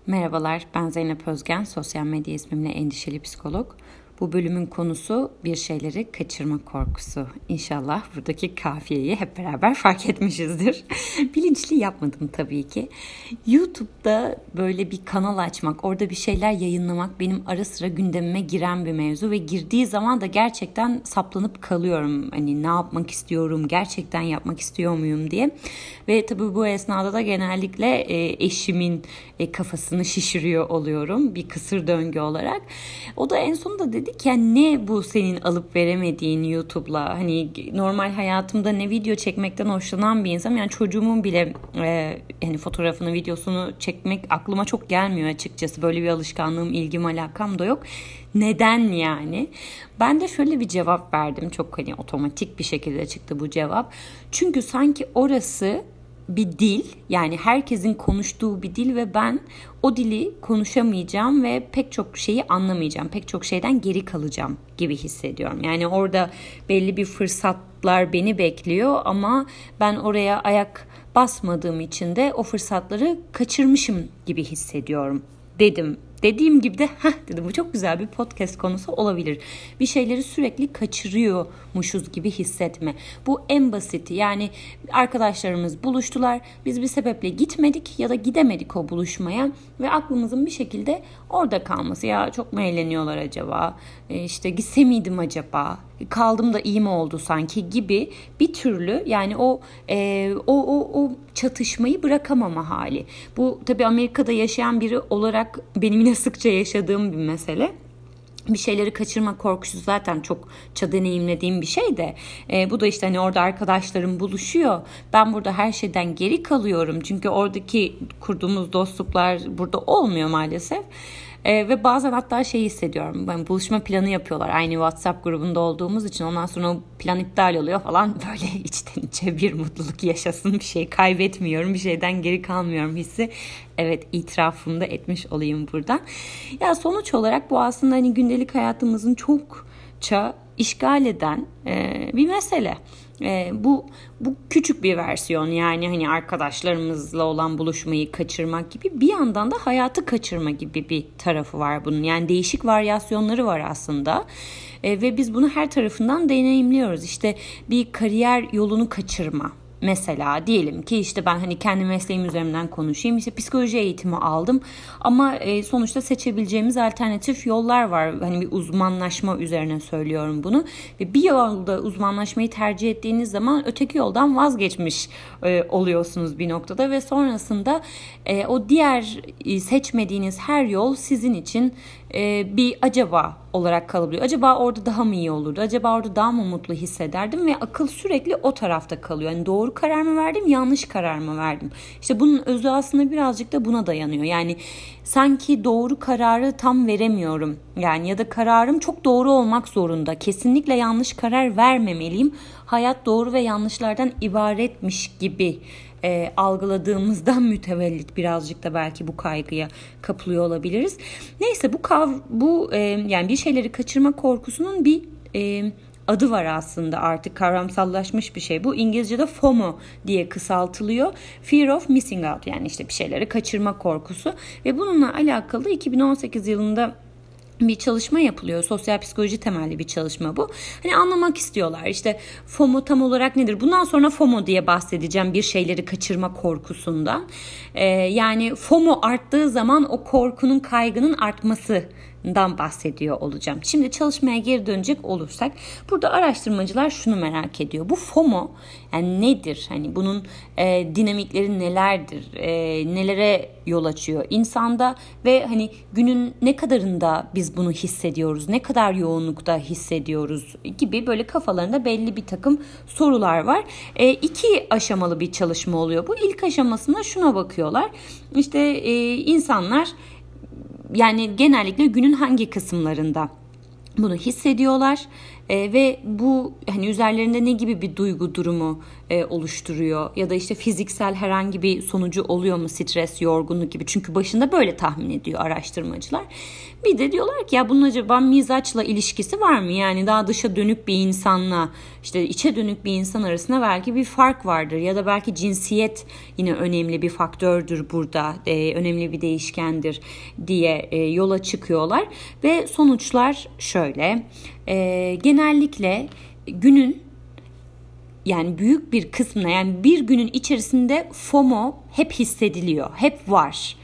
Merhabalar, ben Zeynep Özgen, sosyal medya ismimle endişeli psikolog. Bu bölümün konusu bir şeyleri kaçırma korkusu. İnşallah buradaki kafiyeyi hep beraber fark etmişizdir. Bilinçli yapmadım tabii ki. YouTube'da böyle bir kanal açmak, orada bir şeyler yayınlamak benim ara sıra gündemime giren bir mevzu ve girdiği zaman da gerçekten saplanıp kalıyorum. Hani ne yapmak istiyorum, gerçekten yapmak istiyor muyum diye. Ve tabii bu esnada da genellikle eşimin kafasını şişiriyor oluyorum bir kısır döngü olarak. O da en sonunda dedi ki yani ne bu senin alıp veremediğin YouTube'la, hani normal hayatımda ne video çekmekten hoşlanan bir insanım, yani çocuğumun bile hani fotoğrafını, videosunu çekmek aklıma çok gelmiyor açıkçası. Böyle bir alışkanlığım, ilgim, alakam da yok. Neden yani? Ben de şöyle bir cevap verdim, çok hani otomatik bir şekilde çıktı bu cevap. Çünkü sanki orası bir dil, yani herkesin konuştuğu bir dil ve ben o dili konuşamayacağım ve pek çok şeyi anlamayacağım, pek çok şeyden geri kalacağım gibi hissediyorum. Yani orada belli bir fırsatlar beni bekliyor ama ben oraya ayak basmadığım için de o fırsatları kaçırmışım gibi hissediyorum dedim. Dediğim gibi de dedim, bu çok güzel bir podcast konusu olabilir. Bir şeyleri sürekli kaçırıyormuşuz gibi hissetme. Bu en basiti. Yani arkadaşlarımız buluştular. Biz bir sebeple gitmedik ya da gidemedik o buluşmaya ve aklımızın bir şekilde orada kalması. Ya çok mu eğleniyorlar acaba? İşte gitse miydim acaba? Kaldım da iyi mi oldu sanki gibi bir türlü, yani o çatışmayı bırakamama hali. Bu tabii Amerika'da yaşayan biri olarak benim yine sıkça yaşadığım bir mesele. Bir şeyleri kaçırma korkusu zaten çokça deneyimlediğim bir şey de bu da işte hani orada arkadaşlarım buluşuyor, ben burada her şeyden geri kalıyorum çünkü oradaki kurduğumuz dostluklar burada olmuyor maalesef. Ve bazen hatta şey hissediyorum, ben buluşma planı yapıyorlar aynı WhatsApp grubunda olduğumuz için, ondan sonra o plan iptal oluyor falan, böyle içten içe bir mutluluk yaşasın, bir şey kaybetmiyorum, bir şeyden geri kalmıyorum hissi. Evet, itirafımı da etmiş olayım buradan. Ya sonuç olarak bu aslında hani gündelik hayatımızın çokça işgal eden bir mesele. Bu küçük bir versiyon, yani hani arkadaşlarımızla olan buluşmayı kaçırmak gibi, bir yandan da hayatı kaçırma gibi bir tarafı var bunun. Yani değişik varyasyonları var aslında ve biz bunu her tarafından deneyimliyoruz. İşte bir kariyer yolunu kaçırma. Mesela diyelim ki işte ben hani kendi mesleğim üzerinden konuşayım, işte psikoloji eğitimi aldım ama sonuçta seçebileceğimiz alternatif yollar var. Hani bir uzmanlaşma üzerine söylüyorum bunu ve bir yolda uzmanlaşmayı tercih ettiğiniz zaman öteki yoldan vazgeçmiş oluyorsunuz bir noktada ve sonrasında o diğer seçmediğiniz her yol sizin için bir acaba olarak kalabiliyor. Acaba orada daha mı iyi olurdu? Acaba orada daha mı mutlu hissederdim? Ve akıl sürekli o tarafta kalıyor. Yani doğru karar mı verdim, yanlış karar mı verdim? İşte bunun özü aslında birazcık da buna dayanıyor. Yani sanki doğru kararı tam veremiyorum. Yani ya da kararım çok doğru olmak zorunda. Kesinlikle yanlış karar vermemeliyim. Hayat doğru ve yanlışlardan ibaretmiş gibi algıladığımızdan mütevellit birazcık da belki bu kaygıya kapılıyor olabiliriz. Neyse, bu yani bir şeyleri kaçırma korkusunun bir adı var aslında, artık kavramsallaşmış bir şey. Bu İngilizce'de FOMO diye kısaltılıyor. Fear of Missing Out, yani işte bir şeyleri kaçırma korkusu ve bununla alakalı 2018 yılında bir çalışma yapılıyor. Sosyal psikoloji temelli bir çalışma bu. Hani anlamak istiyorlar. İşte FOMO tam olarak nedir? Bundan sonra FOMO diye bahsedeceğim, bir şeyleri kaçırma korkusundan. Yani FOMO arttığı zaman o korkunun, kaygının artmasından bahsediyor olacağım. Şimdi çalışmaya geri dönecek olursak, burada araştırmacılar şunu merak ediyor. Bu FOMO yani nedir? Hani bunun dinamikleri nelerdir? Nelere yol açıyor insanda ve hani günün ne kadarında biz bunu hissediyoruz? Ne kadar yoğunlukta hissediyoruz gibi böyle kafalarında belli bir takım sorular var. 2 aşamalı bir çalışma oluyor bu. İlk aşamasında şuna bakıyorlar. İşte insanlar yani genellikle günün hangi kısımlarında bunu hissediyorlar Ve bu hani üzerlerinde ne gibi bir duygu durumu oluşturuyor ya da işte fiziksel herhangi bir sonucu oluyor mu, stres, yorgunluk gibi, çünkü başında böyle tahmin ediyor araştırmacılar. Bir de diyorlar ki ya bunun acaba mizaçla ilişkisi var mı? Yani daha dışa dönük bir insanla işte içe dönük bir insan arasında belki bir fark vardır ya da belki cinsiyet yine önemli bir faktördür burada, önemli bir değişkendir diye yola çıkıyorlar ve sonuçlar şöyle. Genellikle günün yani büyük bir kısmına, yani bir günün içerisinde FOMO hep hissediliyor, hep var.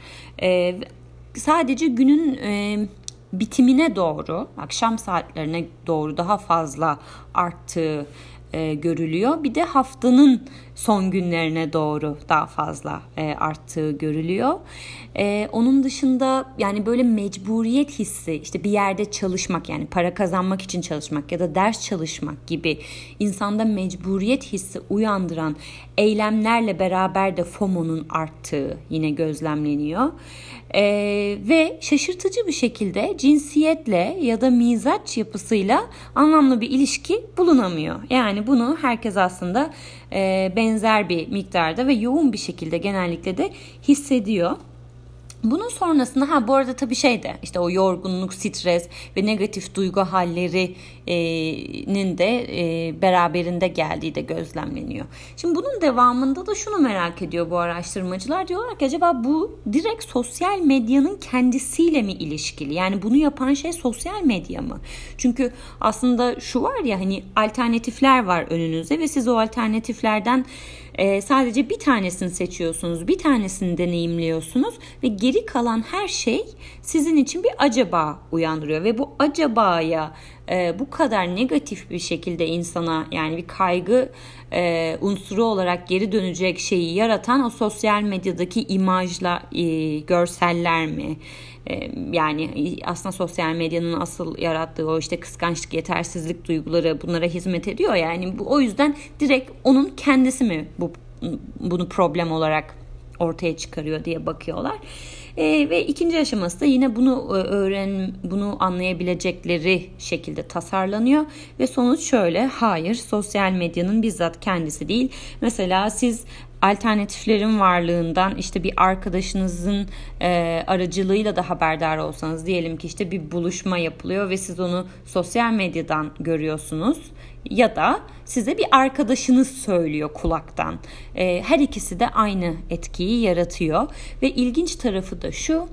Sadece günün bitimine doğru, akşam saatlerine doğru daha fazla arttığı görülüyor. Bir de haftanın son günlerine doğru daha fazla arttığı görülüyor. Onun dışında yani böyle mecburiyet hissi, işte bir yerde çalışmak, yani para kazanmak için çalışmak ya da ders çalışmak gibi insanda mecburiyet hissi uyandıran eylemlerle beraber de FOMO'nun arttığı yine gözlemleniyor. Ve şaşırtıcı bir şekilde cinsiyetle ya da mizaç yapısıyla anlamlı bir ilişki bulunamıyor. Yani bunu herkes aslında benzer bir miktarda ve yoğun bir şekilde genellikle de hissediyor. Bunun sonrasında bu arada tabii işte o yorgunluk, stres ve negatif duygu hallerinin de beraberinde geldiği de gözlemleniyor. Şimdi bunun devamında da şunu merak ediyor bu araştırmacılar. Diyorlar ki acaba bu direkt sosyal medyanın kendisiyle mi ilişkili? Yani bunu yapan şey sosyal medya mı? Çünkü aslında şu var ya, hani alternatifler var önünüzde ve siz o alternatiflerden sadece bir tanesini seçiyorsunuz, bir tanesini deneyimliyorsunuz ve geri kalan her şey sizin için bir acaba uyandırıyor ve bu acabaya bu kadar negatif bir şekilde insana, yani bir kaygı unsuru olarak geri dönecek şeyi yaratan o sosyal medyadaki imajlar, görseller mi? Yani aslında sosyal medyanın asıl yarattığı o işte kıskançlık, yetersizlik duyguları bunlara hizmet ediyor. Yani bu, o yüzden direkt onun kendisi mi bunu problem olarak ortaya çıkarıyor diye bakıyorlar. Ve ikinci aşaması da yine bunu anlayabilecekleri şekilde tasarlanıyor ve sonuç şöyle: hayır, sosyal medyanın bizzat kendisi değil. Mesela siz alternatiflerin varlığından işte bir arkadaşınızın aracılığıyla da haberdar olsanız, diyelim ki işte bir buluşma yapılıyor ve siz onu sosyal medyadan görüyorsunuz ya da size bir arkadaşınız söylüyor kulaktan. Her ikisi de aynı etkiyi yaratıyor ve ilginç tarafı da şu: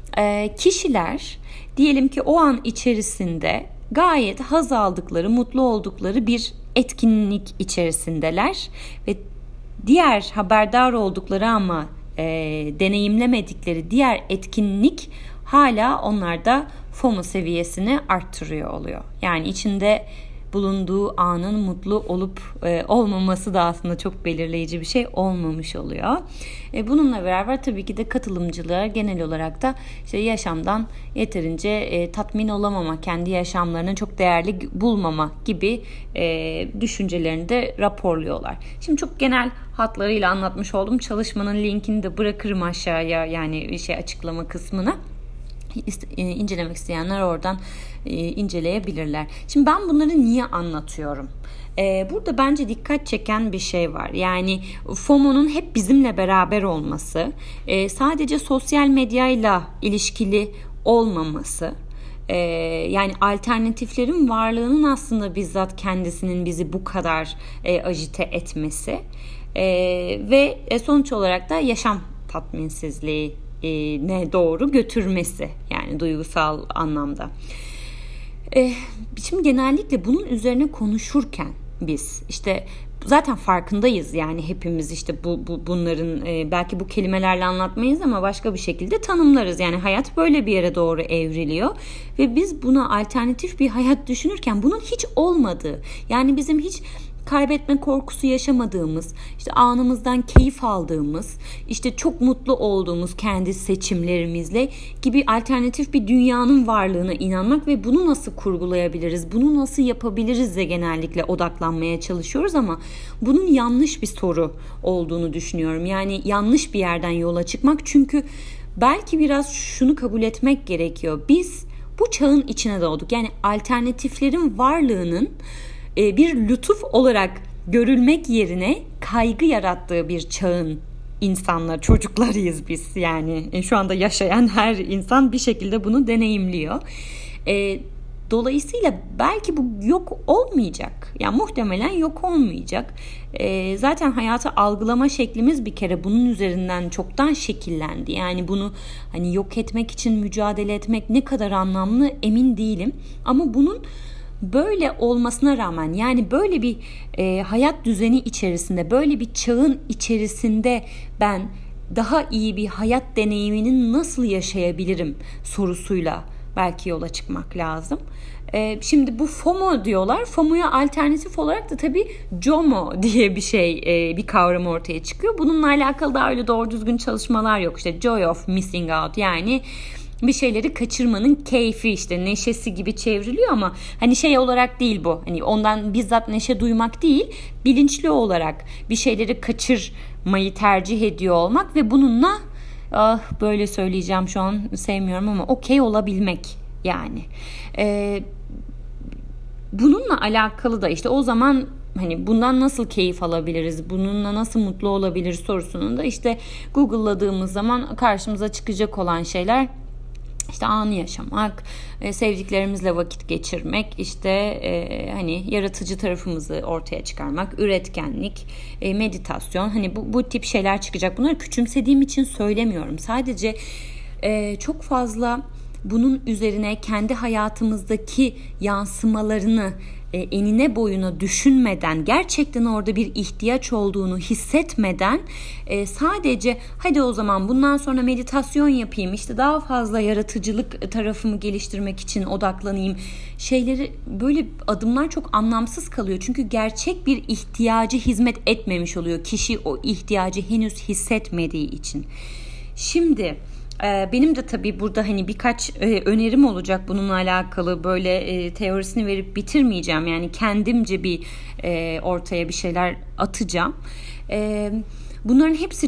kişiler diyelim ki o an içerisinde gayet haz aldıkları, mutlu oldukları bir etkinlik içerisindeler ve diğer haberdar oldukları ama deneyimlemedikleri diğer etkinlik hala onlarda FOMO seviyesini arttırıyor oluyor. Yani içinde bulunduğu anın mutlu olup olmaması da aslında çok belirleyici bir şey olmamış oluyor. Bununla beraber tabii ki de katılımcılar genel olarak da işte yaşamdan yeterince tatmin olamama, kendi yaşamlarını çok değerli bulmama gibi düşüncelerini de raporluyorlar. Şimdi çok genel hatlarıyla anlatmış oldum. Çalışmanın linkini de bırakırım aşağıya, yani açıklama kısmına. İncelemek isteyenler oradan inceleyebilirler. Şimdi ben bunları niye anlatıyorum? Burada bence dikkat çeken bir şey var. Yani FOMO'nun hep bizimle beraber olması, sadece sosyal medyayla ilişkili olmaması, yani alternatiflerin varlığının aslında bizzat kendisinin bizi bu kadar ajite etmesi ve sonuç olarak da yaşam tatminsizliği ne doğru götürmesi, yani duygusal anlamda. Şimdi genellikle bunun üzerine konuşurken biz işte zaten farkındayız, yani hepimiz işte bunların belki bu kelimelerle anlatmayız ama başka bir şekilde tanımlarız. Yani hayat böyle bir yere doğru evriliyor ve biz buna alternatif bir hayat düşünürken bunun hiç olmadığı, yani bizim hiç kaybetme korkusu yaşamadığımız, işte anımızdan keyif aldığımız, işte çok mutlu olduğumuz kendi seçimlerimizle gibi alternatif bir dünyanın varlığına inanmak ve bunu nasıl kurgulayabiliriz, bunu nasıl yapabiliriz de genellikle odaklanmaya çalışıyoruz ama bunun yanlış bir soru olduğunu düşünüyorum. Yani yanlış bir yerden yola çıkmak, çünkü belki biraz şunu kabul etmek gerekiyor. Biz bu çağın içine doğduk. Yani alternatiflerin varlığının bir lütuf olarak görülmek yerine kaygı yarattığı bir çağın insanlar, çocuklarıyız biz. Yani şu anda yaşayan her insan bir şekilde bunu deneyimliyor. Dolayısıyla belki bu yok olmayacak. Yani muhtemelen yok olmayacak. Zaten hayatı algılama şeklimiz bir kere bunun üzerinden çoktan şekillendi. Yani bunu hani yok etmek için mücadele etmek ne kadar anlamlı emin değilim. Ama bunun böyle olmasına rağmen, yani böyle bir hayat düzeni içerisinde, böyle bir çağın içerisinde ben daha iyi bir hayat deneyimini nasıl yaşayabilirim sorusuyla belki yola çıkmak lazım. Şimdi bu FOMO diyorlar. FOMO'ya alternatif olarak da tabii JOMO diye bir şey, bir kavram ortaya çıkıyor. Bununla alakalı da öyle doğru düzgün çalışmalar yok. İşte joy of missing out, yani bir şeyleri kaçırmanın keyfi, işte neşesi gibi çevriliyor ama hani şey olarak değil bu. Hani ondan bizzat neşe duymak değil, bilinçli olarak bir şeyleri kaçırmayı tercih ediyor olmak ve bununla böyle söyleyeceğim şu an, sevmiyorum ama okey olabilmek yani. Bununla alakalı da işte o zaman hani bundan nasıl keyif alabiliriz, bununla nasıl mutlu olabiliriz sorusunun da işte Google'ladığımız zaman karşımıza çıkacak olan şeyler işte anı yaşamak, sevdiklerimizle vakit geçirmek, işte hani yaratıcı tarafımızı ortaya çıkarmak, üretkenlik, meditasyon, hani bu tip şeyler çıkacak. Bunları küçümsediğim için söylemiyorum. Sadece çok fazla bunun üzerine kendi hayatımızdaki yansımalarını enine boyuna düşünmeden, gerçekten orada bir ihtiyaç olduğunu hissetmeden sadece hadi o zaman bundan sonra meditasyon yapayım, işte daha fazla yaratıcılık tarafımı geliştirmek için odaklanayım şeyleri, böyle adımlar çok anlamsız kalıyor. Çünkü gerçek bir ihtiyacı hizmet etmemiş oluyor kişi, o ihtiyacı henüz hissetmediği için. Şimdi benim de tabii burada hani birkaç önerim olacak bununla alakalı, böyle teorisini verip bitirmeyeceğim. Yani kendimce bir ortaya bir şeyler atacağım. Bunların hepsi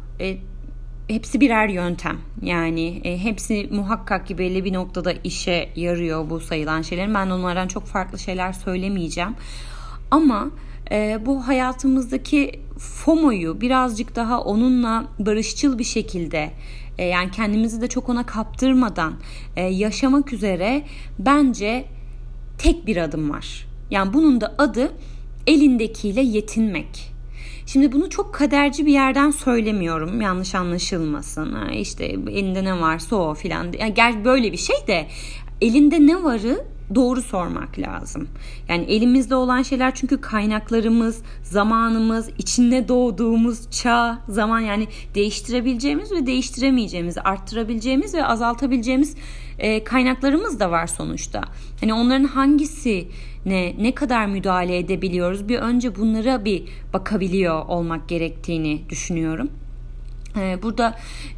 hepsi birer yöntem. Yani hepsi muhakkak ki belli bir noktada işe yarıyor bu sayılan şeylerin. Ben onlardan çok farklı şeyler söylemeyeceğim. Ama bu hayatımızdaki FOMO'yu birazcık daha onunla barışçıl bir şekilde, yani kendimizi de çok ona kaptırmadan yaşamak üzere bence tek bir adım var. Yani bunun da adı elindekiyle yetinmek. Şimdi bunu çok kaderci bir yerden söylemiyorum, yanlış anlaşılmasın. İşte elinde ne varsa o filan. Yani böyle bir şey de, elinde ne varı doğru sormak lazım. Yani elimizde olan şeyler çünkü kaynaklarımız, zamanımız, içinde doğduğumuz çağ, zaman, yani değiştirebileceğimiz ve değiştiremeyeceğimiz, arttırabileceğimiz ve azaltabileceğimiz kaynaklarımız da var sonuçta. Hani onların hangisine ne kadar müdahale edebiliyoruz, bir önce bunlara bir bakabiliyor olmak gerektiğini düşünüyorum. Burada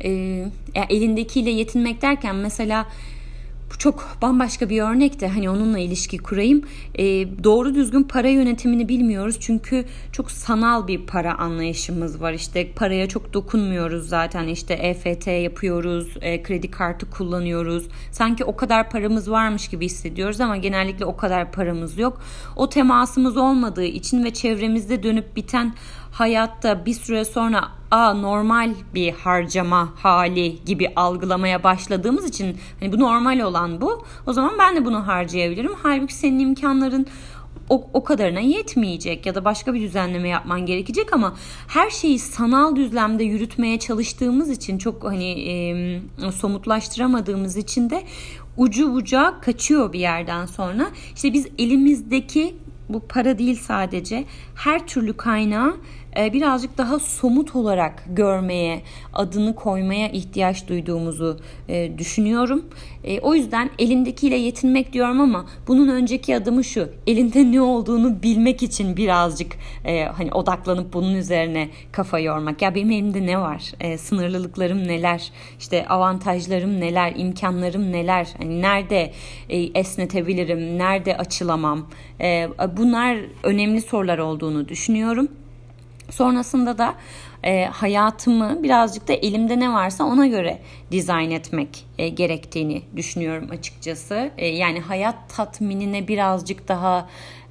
elindekiyle yetinmek derken mesela bu çok bambaşka bir örnek de hani onunla ilişki kurayım. Doğru düzgün para yönetimini bilmiyoruz çünkü çok sanal bir para anlayışımız var. İşte paraya çok dokunmuyoruz zaten. İşte EFT yapıyoruz, kredi kartı kullanıyoruz. Sanki o kadar paramız varmış gibi hissediyoruz ama genellikle o kadar paramız yok. O temasımız olmadığı için ve çevremizde dönüp biten hayatta bir süre sonra normal bir harcama hali gibi algılamaya başladığımız için, hani bu normal olan bu, o zaman ben de bunu harcayabilirim. Halbuki senin imkanların o kadarına yetmeyecek ya da başka bir düzenleme yapman gerekecek ama her şeyi sanal düzlemde yürütmeye çalıştığımız için, çok hani somutlaştıramadığımız için de ucu bucağı kaçıyor bir yerden sonra. İşte biz elimizdeki, bu para değil sadece, her türlü kaynağı birazcık daha somut olarak görmeye, adını koymaya ihtiyaç duyduğumuzu düşünüyorum. O yüzden elindekiyle yetinmek diyorum ama bunun önceki adımı şu: elinde ne olduğunu bilmek için birazcık hani odaklanıp bunun üzerine kafa yormak. Ya benim elimde ne var? Sınırlılıklarım neler? İşte avantajlarım neler? İmkanlarım neler? Hani nerede esnetebilirim? Nerede açılamam? Bunlar önemli sorular olduğunu düşünüyorum. Sonrasında da hayatımı birazcık da elimde ne varsa ona göre dizayn etmek gerektiğini düşünüyorum açıkçası. Yani hayat tatminine birazcık daha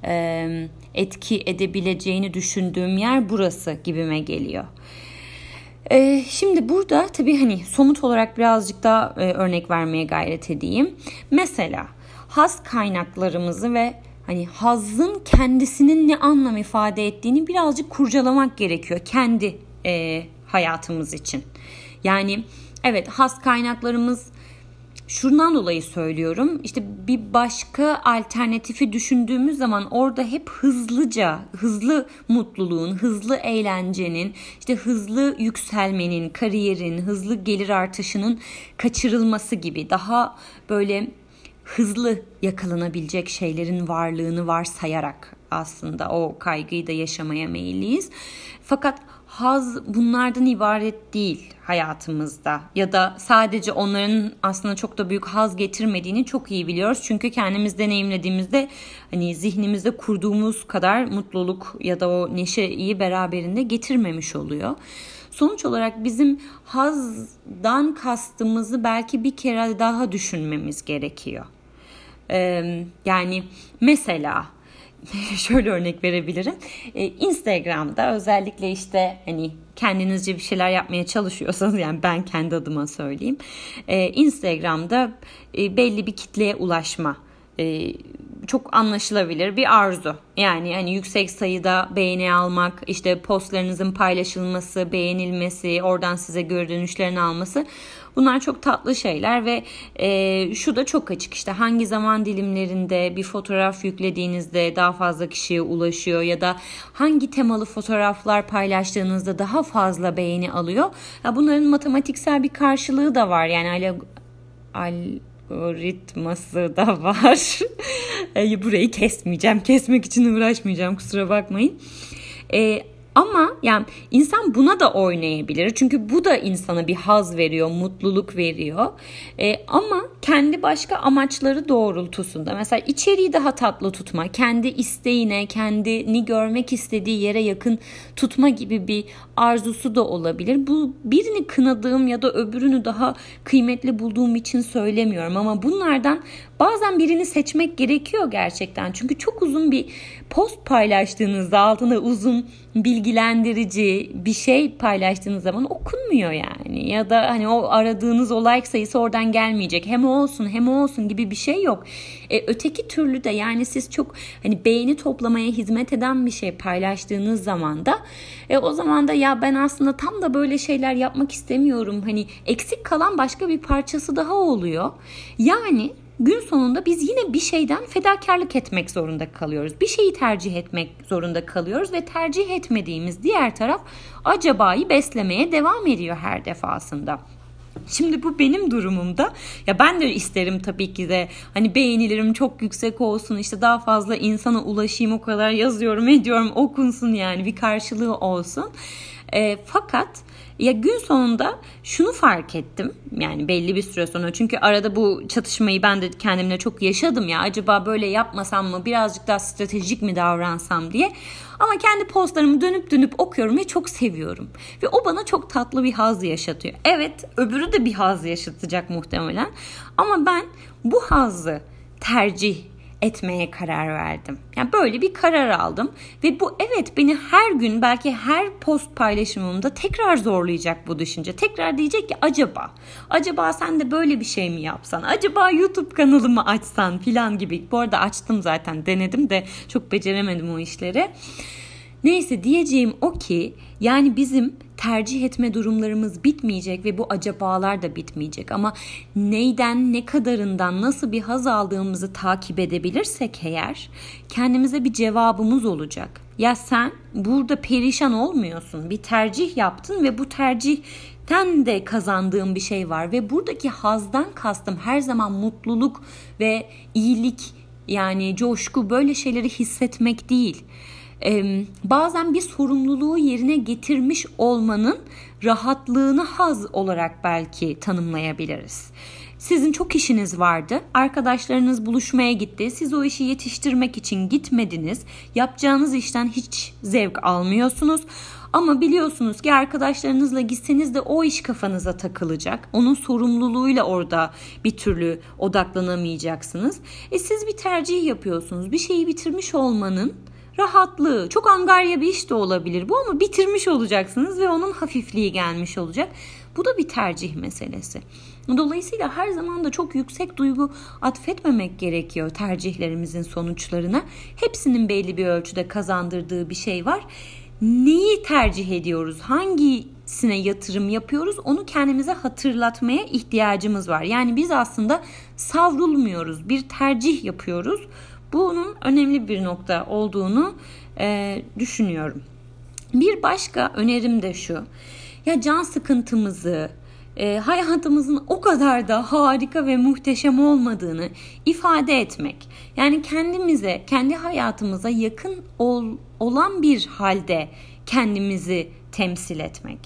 etki edebileceğini düşündüğüm yer burası gibime geliyor. Şimdi burada tabii hani somut olarak birazcık daha örnek vermeye gayret edeyim. Mesela haz kaynaklarımızı ve hani hazzın kendisinin ne anlam ifade ettiğini birazcık kurcalamak gerekiyor kendi hayatımız için. Yani evet, haz kaynaklarımız, şundan dolayı söylüyorum. İşte bir başka alternatifi düşündüğümüz zaman orada hep hızlı mutluluğun, hızlı eğlencenin, işte hızlı yükselmenin, kariyerin, hızlı gelir artışının kaçırılması gibi daha böyle hızlı yakalanabilecek şeylerin varlığını varsayarak aslında o kaygıyı da yaşamaya meyilliyiz. Fakat haz bunlardan ibaret değil hayatımızda, ya da sadece onların aslında çok da büyük haz getirmediğini çok iyi biliyoruz. Çünkü kendimiz deneyimlediğimizde hani zihnimizde kurduğumuz kadar mutluluk ya da o neşeyi beraberinde getirmemiş oluyor. Sonuç olarak bizim hazdan kastımızı belki bir kere daha düşünmemiz gerekiyor. Yani mesela şöyle örnek verebilirim. Instagram'da özellikle işte hani kendinizce bir şeyler yapmaya çalışıyorsanız, yani ben kendi adıma söyleyeyim. Instagram'da belli bir kitleye ulaşma çok anlaşılabilir bir arzu. Yani hani yüksek sayıda beğeni almak, işte postlarınızın paylaşılması, beğenilmesi, oradan size geri dönüşlerini alması, bunlar çok tatlı şeyler ve şu da çok açık, işte hangi zaman dilimlerinde bir fotoğraf yüklediğinizde daha fazla kişiye ulaşıyor ya da hangi temalı fotoğraflar paylaştığınızda daha fazla beğeni alıyor. Ya bunların matematiksel bir karşılığı da var, yani algoritması da var. Burayı kesmek için uğraşmayacağım, kusura bakmayın. Ama yani insan buna da oynayabilir. Çünkü bu da insana bir haz veriyor, mutluluk veriyor. Ama kendi başka amaçları doğrultusunda. Mesela içeriği daha tatlı tutma, kendi isteğine, kendini görmek istediği yere yakın tutma gibi bir arzusu da olabilir. Bu birini kınadığım ya da öbürünü daha kıymetli bulduğum için söylemiyorum. Ama bunlardan bazen birini seçmek gerekiyor gerçekten. Çünkü çok uzun bir post paylaştığınızda, altına uzun bilgilendirici bir şey paylaştığınız zaman okunmuyor yani. Ya da hani o aradığınız o like sayısı oradan gelmeyecek. Hem o olsun gibi bir şey yok. Öteki türlü de yani siz çok hani beğeni toplamaya hizmet eden bir şey paylaştığınız zaman da o zaman da ya ben aslında tam da böyle şeyler yapmak istemiyorum. Hani eksik kalan başka bir parçası daha oluyor. Yani gün sonunda biz yine bir şeyden fedakarlık etmek zorunda kalıyoruz. Bir şeyi tercih etmek zorunda kalıyoruz ve tercih etmediğimiz diğer taraf acabayı beslemeye devam ediyor her defasında. Şimdi bu benim durumumda. Ya ben de isterim tabii ki de hani beğenilerim çok yüksek olsun, işte daha fazla insana ulaşayım, o kadar yazıyorum ediyorum, okunsun, yani bir karşılığı olsun. Fakat ya gün sonunda şunu fark ettim, yani belli bir süre sonra, çünkü arada bu çatışmayı ben de kendimle çok yaşadım, ya acaba böyle yapmasam mı, birazcık daha stratejik mi davransam diye. Ama kendi postlarımı dönüp okuyorum ve çok seviyorum. Ve o bana çok tatlı bir haz yaşatıyor. Evet, öbürü de bir haz yaşatacak muhtemelen. Ama ben bu hazzı tercih etmeye karar verdim. Yani böyle bir karar aldım ve bu evet beni her gün, belki her post paylaşımımda tekrar zorlayacak bu düşünce. Tekrar diyecek ki acaba sen de böyle bir şey mi yapsan? Acaba YouTube kanalımı açsan filan gibi. Bu arada açtım zaten, denedim de çok beceremedim o işleri. Neyse, diyeceğim o ki yani bizim tercih etme durumlarımız bitmeyecek ve bu acabalar da bitmeyecek. Ama neyden, ne kadarından, nasıl bir haz aldığımızı takip edebilirsek eğer kendimize bir cevabımız olacak. Ya sen burada perişan olmuyorsun. Bir tercih yaptın ve bu tercihten de kazandığın bir şey var. Ve buradaki hazdan kastım her zaman mutluluk ve iyilik, yani coşku, böyle şeyleri hissetmek değil. Bazen bir sorumluluğu yerine getirmiş olmanın rahatlığını haz olarak belki tanımlayabiliriz. Sizin çok işiniz vardı. Arkadaşlarınız buluşmaya gitti. Siz o işi yetiştirmek için gitmediniz. Yapacağınız işten hiç zevk almıyorsunuz. Ama biliyorsunuz ki arkadaşlarınızla gitseniz de o iş kafanıza takılacak. Onun sorumluluğuyla orada bir türlü odaklanamayacaksınız. Siz bir tercih yapıyorsunuz. Bir şeyi bitirmiş olmanın rahatlığı. Çok angarya bir iş de olabilir bu ama bitirmiş olacaksınız ve onun hafifliği gelmiş olacak. Bu da bir tercih meselesi. Dolayısıyla her zaman da çok yüksek duygu atfetmemek gerekiyor tercihlerimizin sonuçlarına. Hepsinin belli bir ölçüde kazandırdığı bir şey var. Neyi tercih ediyoruz? Hangisine yatırım yapıyoruz? Onu kendimize hatırlatmaya ihtiyacımız var. Yani biz aslında savrulmuyoruz. Bir tercih yapıyoruz. Bunun önemli bir nokta olduğunu düşünüyorum. Bir başka önerim de şu. Ya can sıkıntımızı, hayatımızın o kadar da harika ve muhteşem olmadığını ifade etmek. Yani kendimize, kendi hayatımıza yakın olan bir halde kendimizi temsil etmek.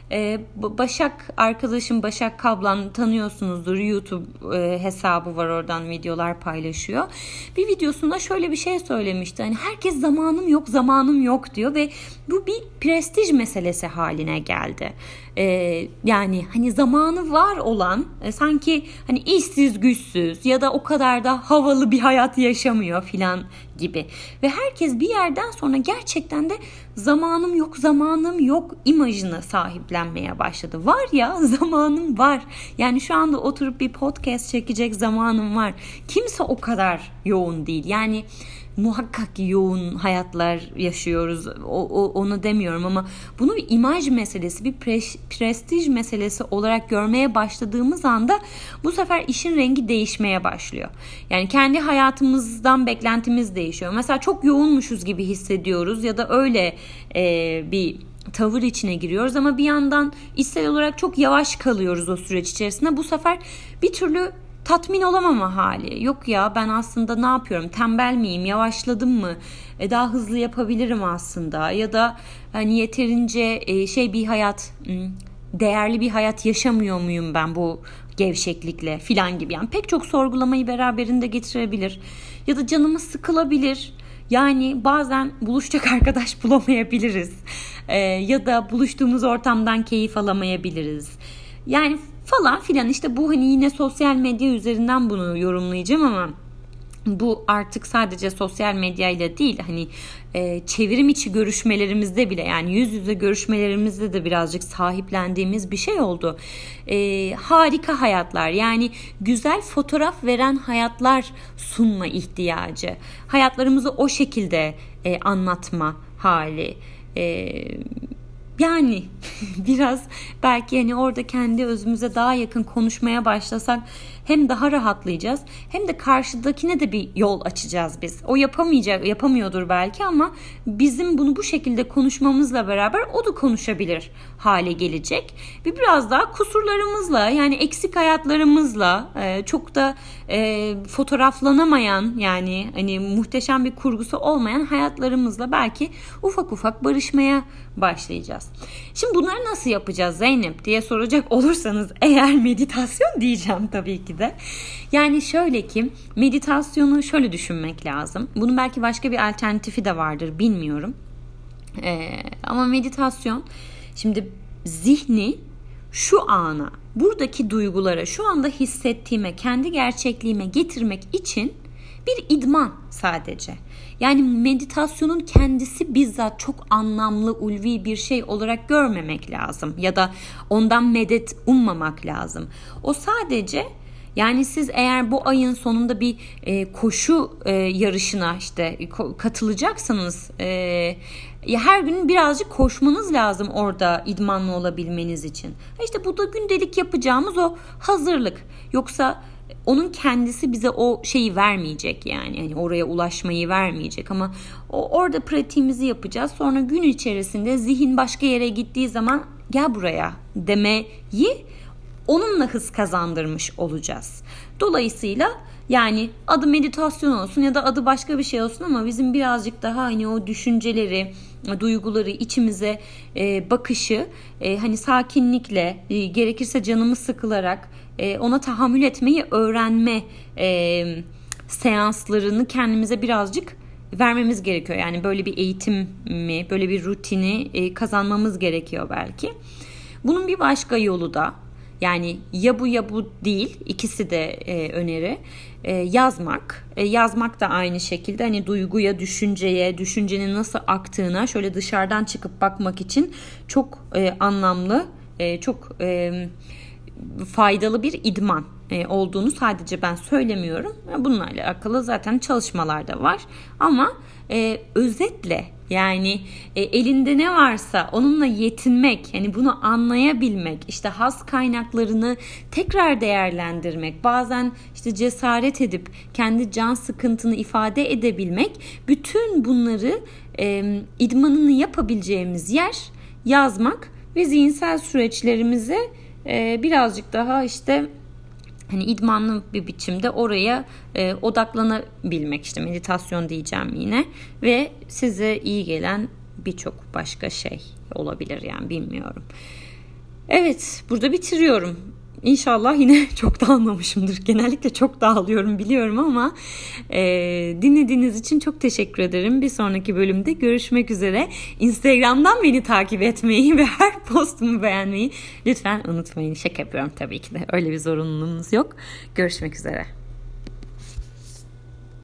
Arkadaşım Başak Kablan tanıyorsunuzdur. YouTube hesabı var, oradan videolar paylaşıyor. Bir videosunda şöyle bir şey söylemişti. Hani herkes zamanım yok diyor ve bu bir prestij meselesi haline geldi. Yani hani zamanı var olan sanki hani işsiz güçsüz ya da o kadar da havalı bir hayat yaşamıyor filan gibi. Ve herkes bir yerden sonra gerçekten de zamanım yok imajına sahiplenmeye başladı. Var ya, zamanım var. Yani şu anda oturup bir podcast çekecek zamanım var. Kimse o kadar yoğun değil. Yani muhakkak yoğun hayatlar yaşıyoruz. Onu demiyorum ama bunu bir imaj meselesi, bir prestij meselesi olarak görmeye başladığımız anda bu sefer işin rengi değişmeye başlıyor. Yani kendi hayatımızdan beklentimiz değişiyor. Mesela çok yoğunmuşuz gibi hissediyoruz ya da öyle bir tavır içine giriyoruz ama bir yandan içsel olarak çok yavaş kalıyoruz o süreç içerisinde. Bu sefer bir türlü tatmin olamama hali. Yok ya, ben aslında ne yapıyorum? Tembel miyim? Yavaşladım mı? Daha hızlı yapabilirim aslında. Ya da hani yeterince bir hayat, değerli bir hayat yaşamıyor muyum ben bu gevşeklikle filan gibi. Yani pek çok sorgulamayı beraberinde getirebilir. Ya da canımız sıkılabilir. Yani bazen buluşacak arkadaş bulamayabiliriz. Ya da buluştuğumuz ortamdan keyif alamayabiliriz. Yani falan filan, işte bu hani yine sosyal medya üzerinden bunu yorumlayacağım ama bu artık sadece sosyal medyayla değil, hani çevrim içi görüşmelerimizde bile, yani yüz yüze görüşmelerimizde de birazcık sahiplendiğimiz bir şey oldu. Harika hayatlar, yani güzel fotoğraf veren hayatlar sunma ihtiyacı, hayatlarımızı o şekilde anlatma hali. Yani biraz belki hani orada kendi özümüze daha yakın konuşmaya başlasak hem daha rahatlayacağız hem de karşıdakine de bir yol açacağız biz. O yapamıyordur belki ama bizim bunu bu şekilde konuşmamızla beraber o da konuşabilir hale gelecek. Ve biraz daha kusurlarımızla, yani eksik hayatlarımızla, çok da fotoğraflanamayan, yani hani muhteşem bir kurgusu olmayan hayatlarımızla belki ufak ufak barışmaya başlayacağız. Şimdi bunları nasıl yapacağız Zeynep diye soracak olursanız eğer, meditasyon diyeceğim tabii ki de. Yani şöyle ki, meditasyonu şöyle düşünmek lazım. Bunun belki başka bir alternatifi de vardır, bilmiyorum. Ama meditasyon şimdi zihni şu ana, buradaki duygulara, şu anda hissettiğime, kendi gerçekliğime getirmek için bir idman sadece. Yani meditasyonun kendisi bizzat çok anlamlı, ulvi bir şey olarak görmemek lazım. Ya da ondan medet ummamak lazım. O sadece, yani siz eğer bu ayın sonunda bir koşu yarışına işte katılacaksanız, her gün birazcık koşmanız lazım orada idmanlı olabilmeniz için. İşte bu da gündelik yapacağımız o hazırlık. Yoksa onun kendisi bize o şeyi vermeyecek, yani oraya ulaşmayı vermeyecek ama orada pratiğimizi yapacağız. Sonra gün içerisinde zihin başka yere gittiği zaman gel buraya demeyi onunla hız kazandırmış olacağız. Dolayısıyla yani adı meditasyon olsun ya da adı başka bir şey olsun ama bizim birazcık daha hani o düşünceleri, duyguları, içimize bakışı hani sakinlikle, gerekirse canımız sıkılarak ona tahammül etmeyi öğrenme seanslarını kendimize birazcık vermemiz gerekiyor. Yani böyle bir eğitimi, böyle bir rutini kazanmamız gerekiyor belki. Bunun bir başka yolu da, yani ya bu ya bu değil, ikisi de öneri. Yazmak. Yazmak da aynı şekilde hani duyguya, düşünceye, düşüncenin nasıl aktığına şöyle dışarıdan çıkıp bakmak için çok anlamlı, çok faydalı bir idman olduğunu sadece ben söylemiyorum. Bununla alakalı zaten çalışmalar da var. Ama özetle, yani elinde ne varsa onunla yetinmek, yani bunu anlayabilmek, işte haz kaynaklarını tekrar değerlendirmek, bazen işte cesaret edip kendi can sıkıntını ifade edebilmek, bütün bunları idmanını yapabileceğimiz yer yazmak ve zihinsel süreçlerimizi birazcık daha işte hani idmanlı bir biçimde oraya odaklanabilmek, işte meditasyon diyeceğim yine, ve size iyi gelen birçok başka şey olabilir, yani bilmiyorum. Evet, burada bitiriyorum. İnşallah yine çok dağılmamışımdır. Genellikle çok dağılıyorum biliyorum ama dinlediğiniz için çok teşekkür ederim. Bir sonraki bölümde görüşmek üzere. Instagram'dan beni takip etmeyi ve her postumu beğenmeyi lütfen unutmayın. Şaka yapıyorum tabii ki de. Öyle bir zorunluluğumuz yok. Görüşmek üzere.